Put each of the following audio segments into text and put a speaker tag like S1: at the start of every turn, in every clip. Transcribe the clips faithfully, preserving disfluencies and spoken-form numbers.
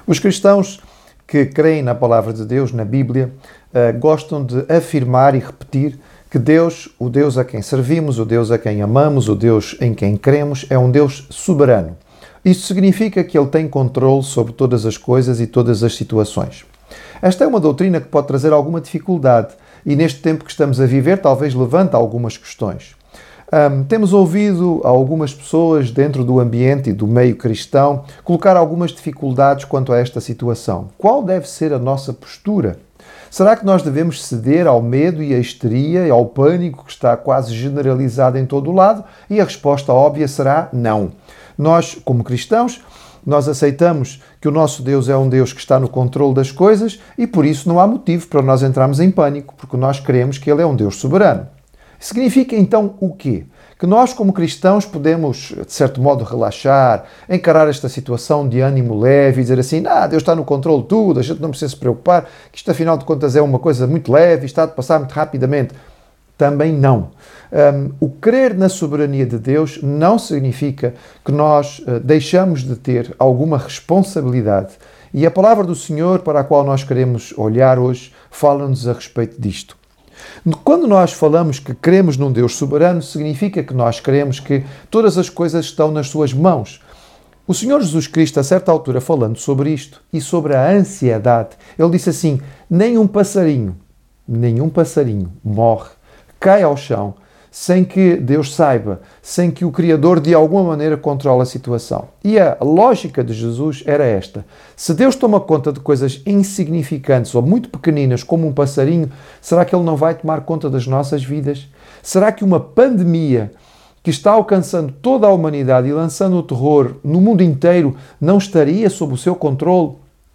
S1: Os cristãos que creem na palavra de Deus, na Bíblia, uh, gostam de afirmar e repetir que Deus, o Deus a quem servimos, o Deus a quem amamos, o Deus em quem cremos, é um Deus soberano. Isto significa que Ele tem controle sobre todas as coisas e todas as situações. Esta é uma doutrina que pode trazer alguma dificuldade e neste tempo que estamos a viver talvez levanta algumas questões. Um, temos ouvido algumas pessoas dentro do ambiente e do meio cristão colocar algumas dificuldades quanto a esta situação. Qual deve ser a nossa postura? Será que nós devemos ceder ao medo e à histeria e ao pânico que está quase generalizado em todo o lado? E a resposta óbvia será não. Nós, como cristãos, nós aceitamos que o nosso Deus é um Deus que está no controle das coisas e por isso não há motivo para nós entrarmos em pânico, porque nós cremos que Ele é um Deus soberano. Significa então o quê? Que nós, como cristãos, podemos, de certo modo, relaxar, encarar esta situação de ânimo leve e dizer assim, ah, Deus está no controle de tudo, a gente não precisa se preocupar, que isto, afinal de contas, é uma coisa muito leve e está de passar muito rapidamente. Também não. Um, o crer na soberania de Deus não significa que nós uh, deixamos de ter alguma responsabilidade. E a palavra do Senhor, para a qual nós queremos olhar hoje, fala-nos a respeito disto. Quando nós falamos que cremos num Deus soberano, significa que nós cremos que todas as coisas estão nas suas mãos. O Senhor Jesus Cristo, a certa altura, falando sobre isto e sobre a ansiedade, Ele disse assim, nenhum passarinho, nenhum passarinho morre, cai ao chão, sem que Deus saiba, sem que o Criador de alguma maneira controle a situação. E a lógica de Jesus era esta. Se Deus toma conta de coisas insignificantes ou muito pequeninas como um passarinho, será que Ele não vai tomar conta das nossas vidas? Será que uma pandemia que está alcançando toda a humanidade e lançando o terror no mundo inteiro não estaria sob o seu controle?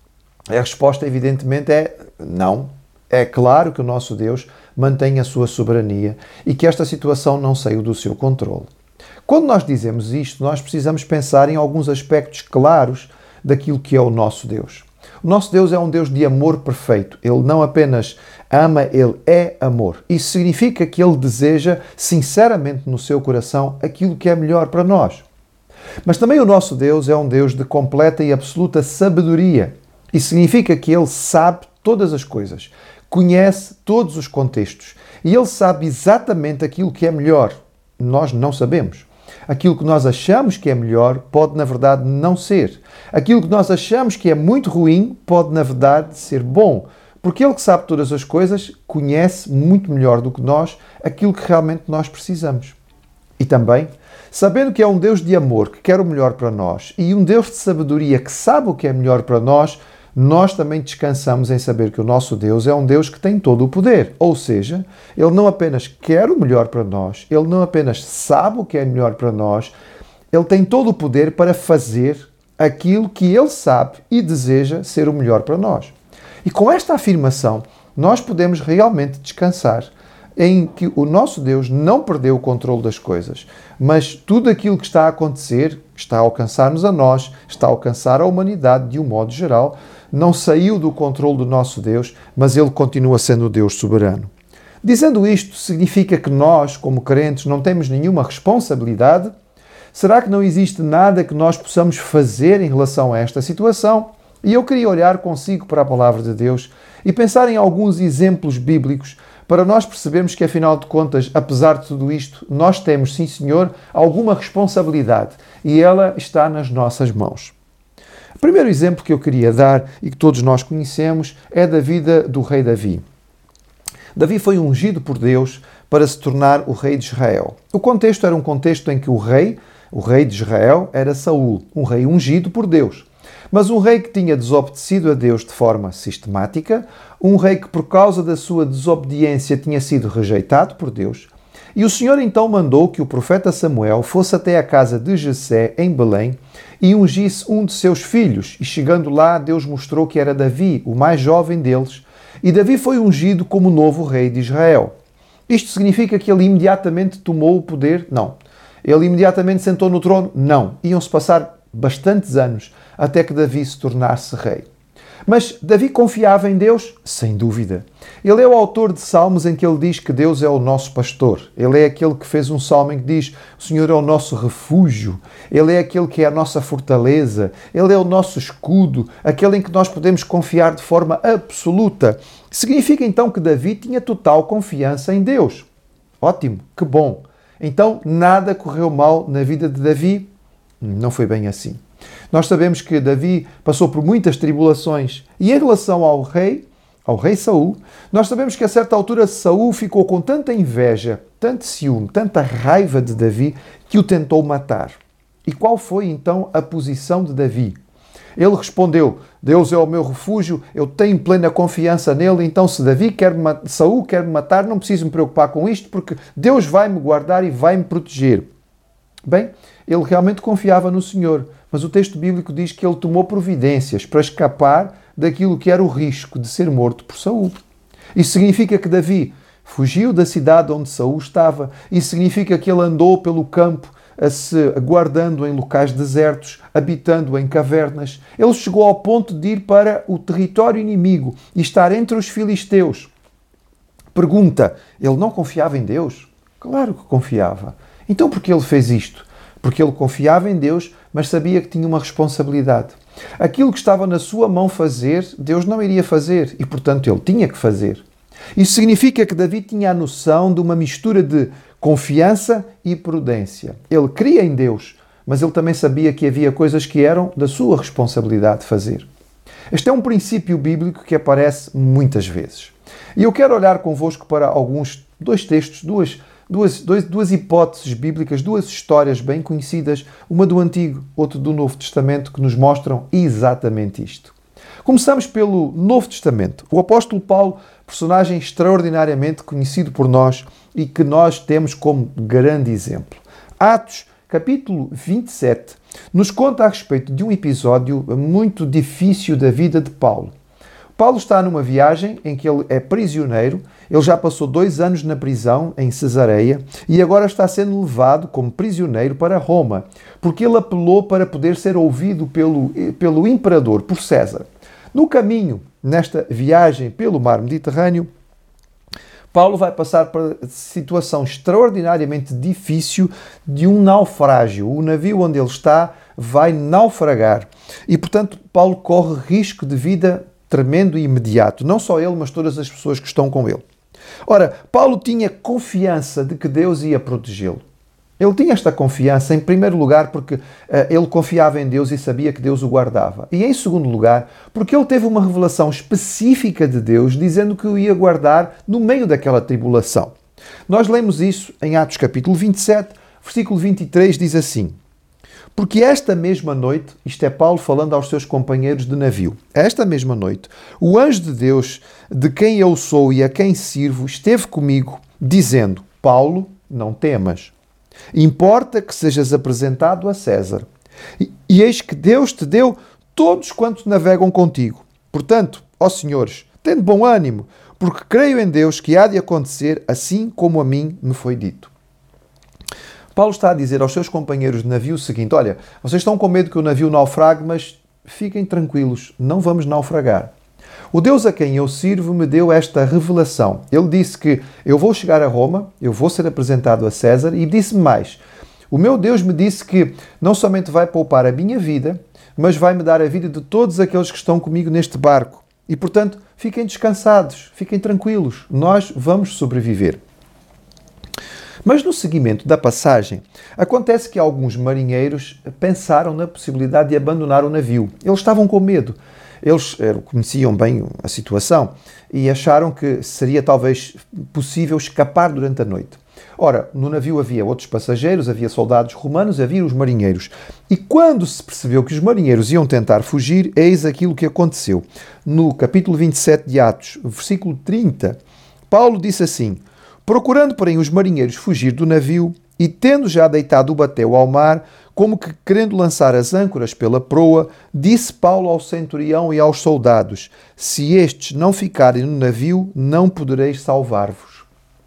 S1: A resposta, evidentemente, é não. É claro que o nosso Deus mantém a sua soberania e que esta situação não saiu do seu controle. Quando nós dizemos isto, nós precisamos pensar em alguns aspectos claros daquilo que é o nosso Deus. O nosso Deus é um Deus de amor perfeito. Ele não apenas ama, Ele é amor. Isso significa que Ele deseja sinceramente no seu coração aquilo que é melhor para nós. Mas também o nosso Deus é um Deus de completa e absoluta sabedoria. Isso significa que Ele sabe todas as coisas, conhece todos os contextos e Ele sabe exatamente aquilo que é melhor. Nós não sabemos. Aquilo que nós achamos que é melhor pode, na verdade, não ser. Aquilo que nós achamos que é muito ruim pode, na verdade, ser bom. Porque Ele que sabe todas as coisas conhece muito melhor do que nós aquilo que realmente nós precisamos. E também, sabendo que é um Deus de amor que quer o melhor para nós e um Deus de sabedoria que sabe o que é melhor para nós, nós também descansamos em saber que o nosso Deus é um Deus que tem todo o poder. Ou seja, Ele não apenas quer o melhor para nós, Ele não apenas sabe o que é melhor para nós, Ele tem todo o poder para fazer aquilo que Ele sabe e deseja ser o melhor para nós. E com esta afirmação, nós podemos realmente descansar em que o nosso Deus não perdeu o controle das coisas, mas tudo aquilo que está a acontecer, está a alcançar-nos a nós, está a alcançar a humanidade de um modo geral, não saiu do controle do nosso Deus, mas Ele continua sendo o Deus soberano. Dizendo isto, significa que nós, como crentes, não temos nenhuma responsabilidade? Será que não existe nada que nós possamos fazer em relação a esta situação? E eu queria olhar consigo para a palavra de Deus e pensar em alguns exemplos bíblicos para nós percebermos que, afinal de contas, apesar de tudo isto, nós temos, sim senhor, alguma responsabilidade e ela está nas nossas mãos. O primeiro exemplo que eu queria dar e que todos nós conhecemos é da vida do rei Davi. Davi foi ungido por Deus para se tornar o rei de Israel. O contexto era um contexto em que o rei, o rei de Israel, era Saul, um rei ungido por Deus. Mas um rei que tinha desobedecido a Deus de forma sistemática, um rei que por causa da sua desobediência tinha sido rejeitado por Deus. E o Senhor então mandou que o profeta Samuel fosse até a casa de Jessé, em Belém, e ungisse um de seus filhos. E chegando lá, Deus mostrou que era Davi, o mais jovem deles, e Davi foi ungido como novo rei de Israel. Isto significa que ele imediatamente tomou o poder? Não. Ele imediatamente sentou no trono? Não. Iam-se passar bastantes anos até que Davi se tornasse rei. Mas Davi confiava em Deus? Sem dúvida. Ele é o autor de salmos em que ele diz que Deus é o nosso pastor. Ele é aquele que fez um salmo em que diz: o Senhor é o nosso refúgio. Ele é aquele que é a nossa fortaleza. Ele é o nosso escudo. Aquele em que nós podemos confiar de forma absoluta. Significa então que Davi tinha total confiança em Deus. Ótimo, que bom. Então nada correu mal na vida de Davi? Não foi bem assim. Nós sabemos que Davi passou por muitas tribulações e em relação ao rei, ao rei Saul, nós sabemos que a certa altura Saul ficou com tanta inveja, tanto ciúme, tanta raiva de Davi que o tentou matar. E qual foi então a posição de Davi? Ele respondeu: Deus é o meu refúgio, eu tenho plena confiança nele, então se Davi quer Saul quer me matar, não preciso me preocupar com isto, porque Deus vai me guardar e vai me proteger. Bem, ele realmente confiava no Senhor, mas o texto bíblico diz que ele tomou providências para escapar daquilo que era o risco de ser morto por Saul. Isso significa que Davi fugiu da cidade onde Saul estava. Isso significa que ele andou pelo campo, a se guardando em locais desertos, habitando em cavernas. Ele chegou ao ponto de ir para o território inimigo e estar entre os filisteus. Pergunta: ele não confiava em Deus? Claro que confiava. Então por que ele fez isto? Porque ele confiava em Deus, mas sabia que tinha uma responsabilidade. Aquilo que estava na sua mão fazer, Deus não iria fazer e, portanto, ele tinha que fazer. Isso significa que Davi tinha a noção de uma mistura de confiança e prudência. Ele cria em Deus, mas ele também sabia que havia coisas que eram da sua responsabilidade de fazer. Este é um princípio bíblico que aparece muitas vezes. E eu quero olhar convosco para alguns, dois textos, duas Duas, duas, duas hipóteses bíblicas, duas histórias bem conhecidas, uma do Antigo, outra do Novo Testamento, que nos mostram exatamente isto. Começamos pelo Novo Testamento. O apóstolo Paulo, personagem extraordinariamente conhecido por nós e que nós temos como grande exemplo. Atos, capítulo vinte e sete, nos conta a respeito de um episódio muito difícil da vida de Paulo. Paulo está numa viagem em que ele é prisioneiro, ele já passou dois anos na prisão em Cesareia e agora está sendo levado como prisioneiro para Roma, porque ele apelou para poder ser ouvido pelo, pelo imperador, por César. No caminho, nesta viagem pelo mar Mediterrâneo, Paulo vai passar por a situação extraordinariamente difícil de um naufrágio. O navio onde ele está vai naufragar e, portanto, Paulo corre risco de vida tremendo e imediato. Não só ele, mas todas as pessoas que estão com ele. Ora, Paulo tinha confiança de que Deus ia protegê-lo. Ele tinha esta confiança, em primeiro lugar, porque uh, ele confiava em Deus e sabia que Deus o guardava. E em segundo lugar, porque ele teve uma revelação específica de Deus, dizendo que o ia guardar no meio daquela tribulação. Nós lemos isso em Atos capítulo vinte e sete, versículo vinte e três, diz assim: porque esta mesma noite, isto é Paulo falando aos seus companheiros de navio, esta mesma noite, o anjo de Deus, de quem eu sou e a quem sirvo, esteve comigo, dizendo: Paulo, não temas. Importa que sejas apresentado a César. E, e eis que Deus te deu todos quantos navegam contigo. Portanto, ó senhores, tende bom ânimo, porque creio em Deus que há de acontecer assim como a mim me foi dito. Paulo está a dizer aos seus companheiros de navio o seguinte: olha, vocês estão com medo que o navio naufrague, mas fiquem tranquilos, não vamos naufragar. O Deus a quem eu sirvo me deu esta revelação. Ele disse que eu vou chegar a Roma, eu vou ser apresentado a César, e disse-me mais. O meu Deus me disse que não somente vai poupar a minha vida, mas vai me dar a vida de todos aqueles que estão comigo neste barco. E, portanto, fiquem descansados, fiquem tranquilos, nós vamos sobreviver. Mas no seguimento da passagem, acontece que alguns marinheiros pensaram na possibilidade de abandonar o navio. Eles estavam com medo. Eles conheciam bem a situação e acharam que seria talvez possível escapar durante a noite. Ora, no navio havia outros passageiros, havia soldados romanos, havia os marinheiros. E quando se percebeu que os marinheiros iam tentar fugir, eis aquilo que aconteceu. No capítulo vinte e sete de Atos, versículo trinta, Paulo disse assim: procurando, porém, os marinheiros fugir do navio, e tendo já deitado o batel ao mar, como que querendo lançar as âncoras pela proa, disse Paulo ao centurião e aos soldados: se estes não ficarem no navio, não podereis salvar-vos.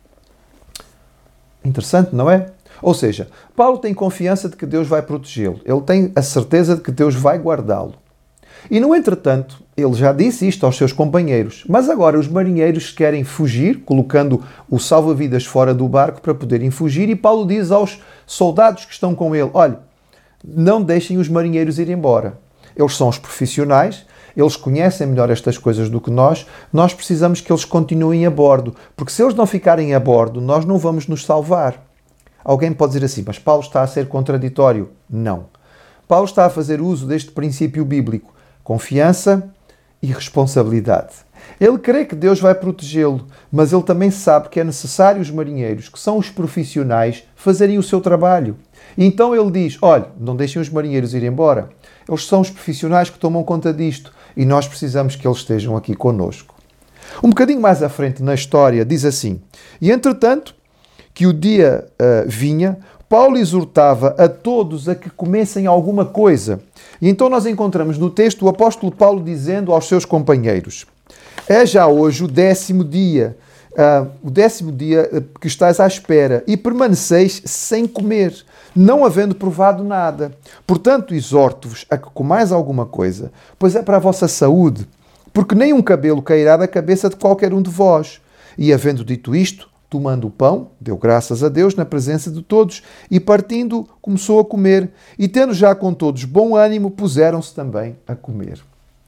S1: Interessante, não é? Ou seja, Paulo tem confiança de que Deus vai protegê-lo. Ele tem a certeza de que Deus vai guardá-lo. E no entretanto, ele já disse isto aos seus companheiros, mas agora os marinheiros querem fugir, colocando o salva-vidas fora do barco para poderem fugir, e Paulo diz aos soldados que estão com ele, olha, não deixem os marinheiros ir embora. Eles são os profissionais, eles conhecem melhor estas coisas do que nós, nós precisamos que eles continuem a bordo, porque se eles não ficarem a bordo, nós não vamos nos salvar. Alguém pode dizer assim, mas Paulo está a ser contraditório. Não. Paulo está a fazer uso deste princípio bíblico, confiança e responsabilidade. Ele crê que Deus vai protegê-lo, mas ele também sabe que é necessário os marinheiros, que são os profissionais, fazerem o seu trabalho. E então ele diz, olha, não deixem os marinheiros ir embora. Eles são os profissionais que tomam conta disto e nós precisamos que eles estejam aqui conosco. Um bocadinho mais à frente na história diz assim, e entretanto que o dia uh, vinha, Paulo exortava a todos a que comessem alguma coisa. E então nós encontramos no texto o apóstolo Paulo dizendo aos seus companheiros, é já hoje o décimo dia, uh, o décimo dia que estás à espera, e permaneceis sem comer, não havendo provado nada. Portanto, exorto-vos a que comais alguma coisa, pois é para a vossa saúde, porque nem um cabelo cairá da cabeça de qualquer um de vós. E havendo dito isto, tomando o pão, deu graças a Deus na presença de todos, e partindo, começou a comer, e tendo já com todos bom ânimo, puseram-se também a comer.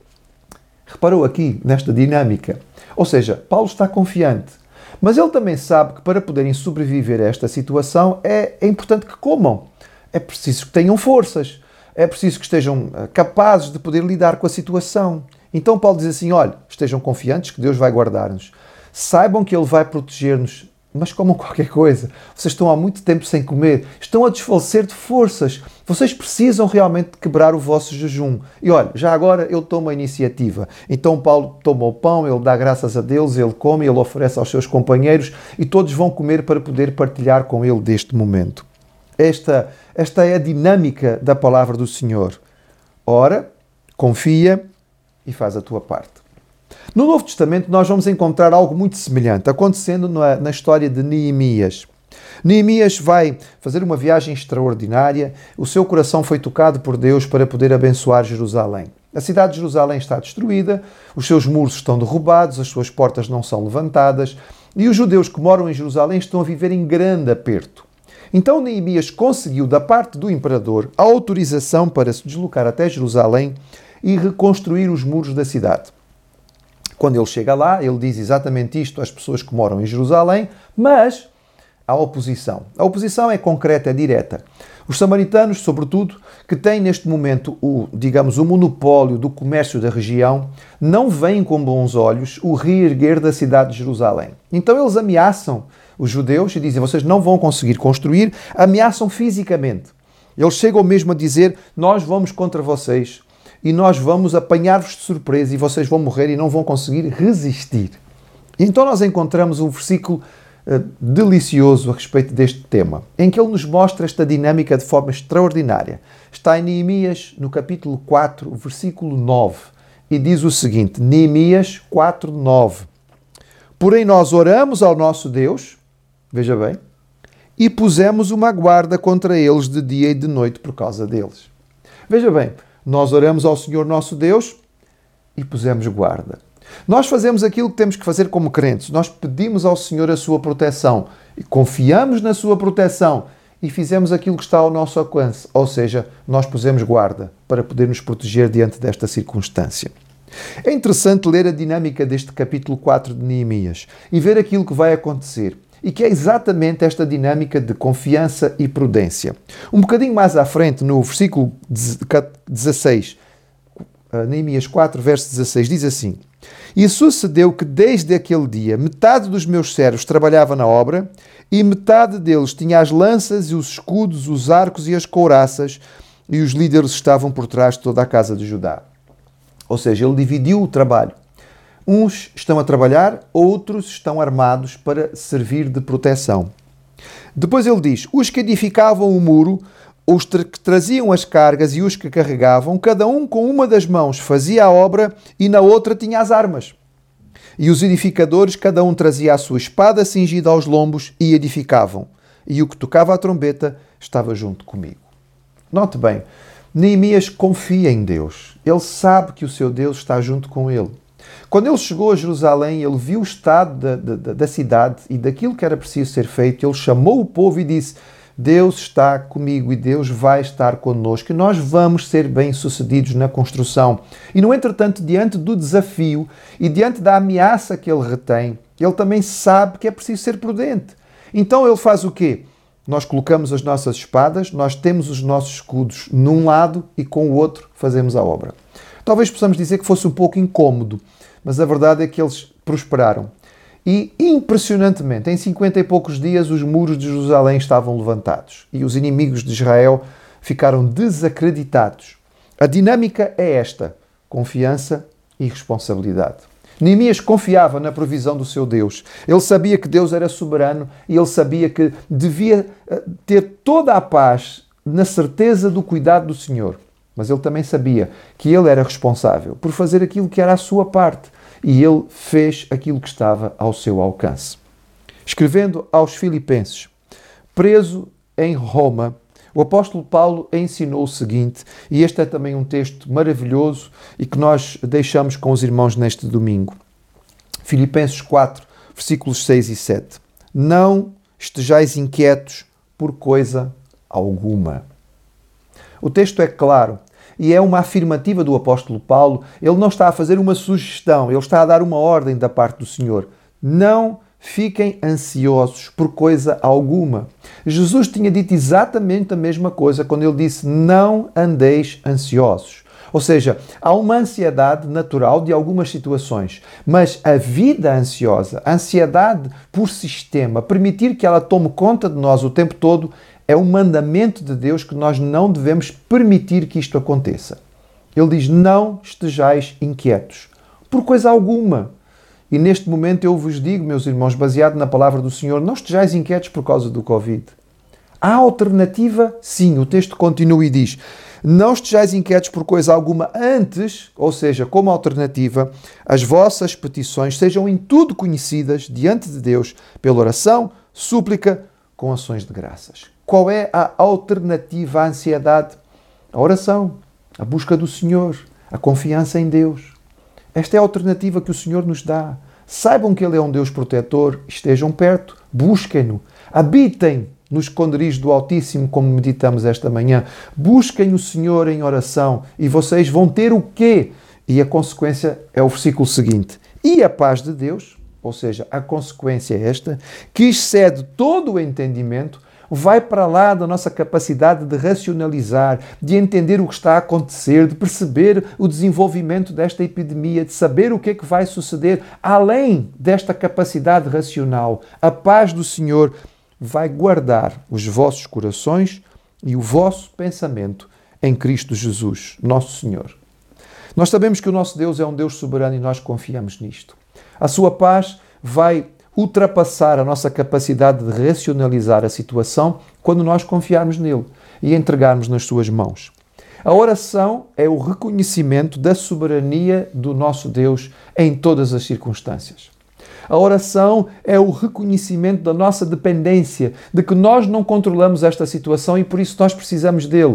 S1: Reparou aqui nesta dinâmica? Ou seja, Paulo está confiante, mas ele também sabe que para poderem sobreviver a esta situação é, é importante que comam. É preciso que tenham forças, é preciso que estejam capazes de poder lidar com a situação. Então Paulo diz assim, olha, estejam confiantes que Deus vai guardar-nos. Saibam que Ele vai proteger-nos, mas comam qualquer coisa. Vocês estão há muito tempo sem comer, estão a desfalecer de forças. Vocês precisam realmente quebrar o vosso jejum. E olha, já agora ele toma a iniciativa. Então Paulo toma o pão, ele dá graças a Deus, ele come, ele oferece aos seus companheiros e todos vão comer para poder partilhar com ele deste momento. Esta, esta é a dinâmica da palavra do Senhor. Ora, confia e faz a tua parte. No Novo Testamento nós vamos encontrar algo muito semelhante acontecendo na, na história de Neemias. Neemias vai fazer uma viagem extraordinária, o seu coração foi tocado por Deus para poder abençoar Jerusalém. A cidade de Jerusalém está destruída, os seus muros estão derrubados, as suas portas não são levantadas e os judeus que moram em Jerusalém estão a viver em grande aperto. Então Neemias conseguiu da parte do imperador a autorização para se deslocar até Jerusalém e reconstruir os muros da cidade. Quando ele chega lá, ele diz exatamente isto às pessoas que moram em Jerusalém, mas há oposição. A oposição é concreta, é direta. Os samaritanos, sobretudo, que têm neste momento o, digamos, o monopólio do comércio da região, não veem com bons olhos o reerguer da cidade de Jerusalém. Então eles ameaçam os judeus e dizem, vocês não vão conseguir construir, ameaçam fisicamente. Eles chegam mesmo a dizer, nós vamos contra vocês, e nós vamos apanhar-vos de surpresa e vocês vão morrer e não vão conseguir resistir. E então nós encontramos um versículo uh, delicioso a respeito deste tema, em que ele nos mostra esta dinâmica de forma extraordinária. Está em Neemias, no capítulo quatro, versículo nove, e diz o seguinte, Neemias quatro, nove. Porém nós oramos ao nosso Deus, veja bem, e pusemos uma guarda contra eles de dia e de noite por causa deles. Veja bem, nós oramos ao Senhor nosso Deus e pusemos guarda. Nós fazemos aquilo que temos que fazer como crentes. Nós pedimos ao Senhor a sua proteção e confiamos na sua proteção e fizemos aquilo que está ao nosso alcance. Ou seja, nós pusemos guarda para poder nos proteger diante desta circunstância. É interessante ler a dinâmica deste capítulo quatro de Neemias e ver aquilo que vai acontecer. E que é exatamente esta dinâmica de confiança e prudência. Um bocadinho mais à frente, no versículo dezasseis, Neemias quatro, verso dezasseis, diz assim, e sucedeu que desde aquele dia metade dos meus servos trabalhava na obra e metade deles tinha as lanças e os escudos, os arcos e as couraças e os líderes estavam por trás de toda a casa de Judá. Ou seja, ele dividiu o trabalho. Uns estão a trabalhar, outros estão armados para servir de proteção. Depois ele diz, os que edificavam o muro, os que traziam as cargas e os que carregavam, cada um com uma das mãos fazia a obra e na outra tinha as armas. E os edificadores, cada um trazia a sua espada cingida aos lombos e edificavam. E o que tocava a trombeta estava junto comigo. Note bem, Neemias confia em Deus. Ele sabe que o seu Deus está junto com ele. Quando ele chegou a Jerusalém, ele viu o estado da, da, da cidade e daquilo que era preciso ser feito. Ele chamou o povo e disse: Deus está comigo e Deus vai estar connosco e nós vamos ser bem-sucedidos na construção. E, no entretanto, diante do desafio e diante da ameaça que ele retém, ele também sabe que é preciso ser prudente. Então ele faz o quê? Nós colocamos as nossas espadas, nós temos os nossos escudos num lado e com o outro fazemos a obra. Talvez possamos dizer que fosse um pouco incômodo, mas a verdade é que eles prosperaram. E, impressionantemente, em cinquenta e poucos dias, os muros de Jerusalém estavam levantados e os inimigos de Israel ficaram desacreditados. A dinâmica é esta: confiança e responsabilidade. Neemias confiava na provisão do seu Deus. Ele sabia que Deus era soberano e ele sabia que devia ter toda a paz na certeza do cuidado do Senhor. Mas ele também sabia que ele era responsável por fazer aquilo que era a sua parte. E ele fez aquilo que estava ao seu alcance. Escrevendo aos Filipenses, preso em Roma, o apóstolo Paulo ensinou o seguinte, e este é também um texto maravilhoso e que nós deixamos com os irmãos neste domingo. Filipenses quatro, versículos seis e sete. Não estejais inquietos por coisa alguma. O texto é claro e é uma afirmativa do apóstolo Paulo. Ele não está a fazer uma sugestão, ele está a dar uma ordem da parte do Senhor. Não fiquem ansiosos por coisa alguma. Jesus tinha dito exatamente a mesma coisa quando ele disse: não andeis ansiosos. Ou seja, há uma ansiedade natural de algumas situações, mas a vida ansiosa, a ansiedade por sistema, permitir que ela tome conta de nós o tempo todo, é um mandamento de Deus que nós não devemos permitir que isto aconteça. Ele diz: não estejais inquietos por coisa alguma. E neste momento eu vos digo, meus irmãos, baseado na palavra do Senhor, não estejais inquietos por causa do Covid. Há alternativa? Sim. O texto continua e diz: não estejais inquietos por coisa alguma, antes, ou seja, como alternativa, as vossas petições sejam em tudo conhecidas diante de Deus pela oração, súplica, com ações de graças. Qual é a alternativa à ansiedade? A oração, a busca do Senhor, a confiança em Deus. Esta é a alternativa que o Senhor nos dá. Saibam que Ele é um Deus protetor, estejam perto, busquem-no, habitem no esconderijo do Altíssimo, como meditamos esta manhã. Busquem o Senhor em oração e vocês vão ter o quê? E a consequência é o versículo seguinte. E a paz de Deus, ou seja, a consequência é esta, que excede todo o entendimento, vai para lá da nossa capacidade de racionalizar, de entender o que está a acontecer, de perceber o desenvolvimento desta epidemia, de saber o que é que vai suceder. Além desta capacidade racional, a paz do Senhor vai guardar os vossos corações e o vosso pensamento em Cristo Jesus, nosso Senhor. Nós sabemos que o nosso Deus é um Deus soberano e nós confiamos nisto. A sua paz vai ultrapassar a nossa capacidade de racionalizar a situação quando nós confiarmos nele e entregarmos nas suas mãos. A oração é o reconhecimento da soberania do nosso Deus em todas as circunstâncias. A oração é o reconhecimento da nossa dependência, de que nós não controlamos esta situação e por isso nós precisamos dele.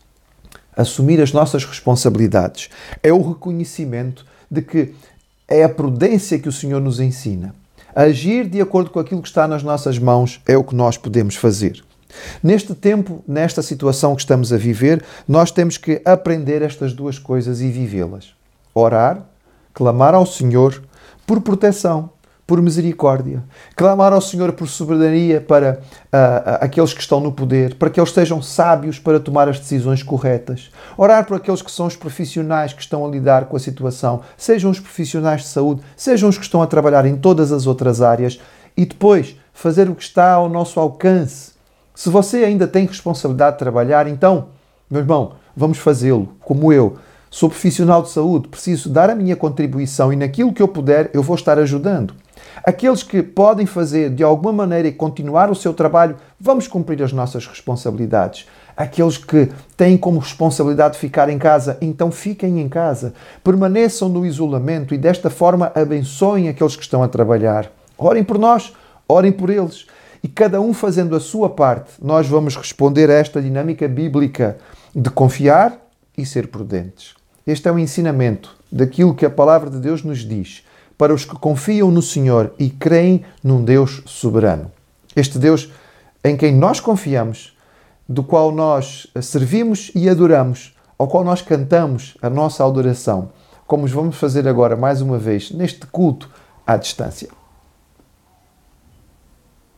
S1: Assumir as nossas responsabilidades é o reconhecimento de que é a prudência que o Senhor nos ensina. Agir de acordo com aquilo que está nas nossas mãos é o que nós podemos fazer. Neste tempo, nesta situação que estamos a viver, nós temos que aprender estas duas coisas e vivê-las. Orar, clamar ao Senhor por proteção, por misericórdia. Clamar ao Senhor por soberania para uh, aqueles que estão no poder, para que eles sejam sábios para tomar as decisões corretas. Orar por aqueles que são os profissionais que estão a lidar com a situação, sejam os profissionais de saúde, sejam os que estão a trabalhar em todas as outras áreas. E depois, fazer o que está ao nosso alcance. Se você ainda tem responsabilidade de trabalhar, então, meu irmão, vamos fazê-lo, como eu. Sou profissional de saúde, preciso dar a minha contribuição e naquilo que eu puder, eu vou estar ajudando. Aqueles que podem fazer de alguma maneira e continuar o seu trabalho, vamos cumprir as nossas responsabilidades. Aqueles que têm como responsabilidade ficar em casa, então fiquem em casa. Permaneçam no isolamento e desta forma abençoem aqueles que estão a trabalhar. Orem por nós, orem por eles. E cada um fazendo a sua parte, nós vamos responder a esta dinâmica bíblica de confiar e ser prudentes. Este é o ensinamento daquilo que a palavra de Deus nos diz para os que confiam no Senhor e creem num Deus soberano. Este Deus em quem nós confiamos, do qual nós servimos e adoramos, ao qual nós cantamos a nossa adoração, como vamos fazer agora mais uma vez neste culto à distância.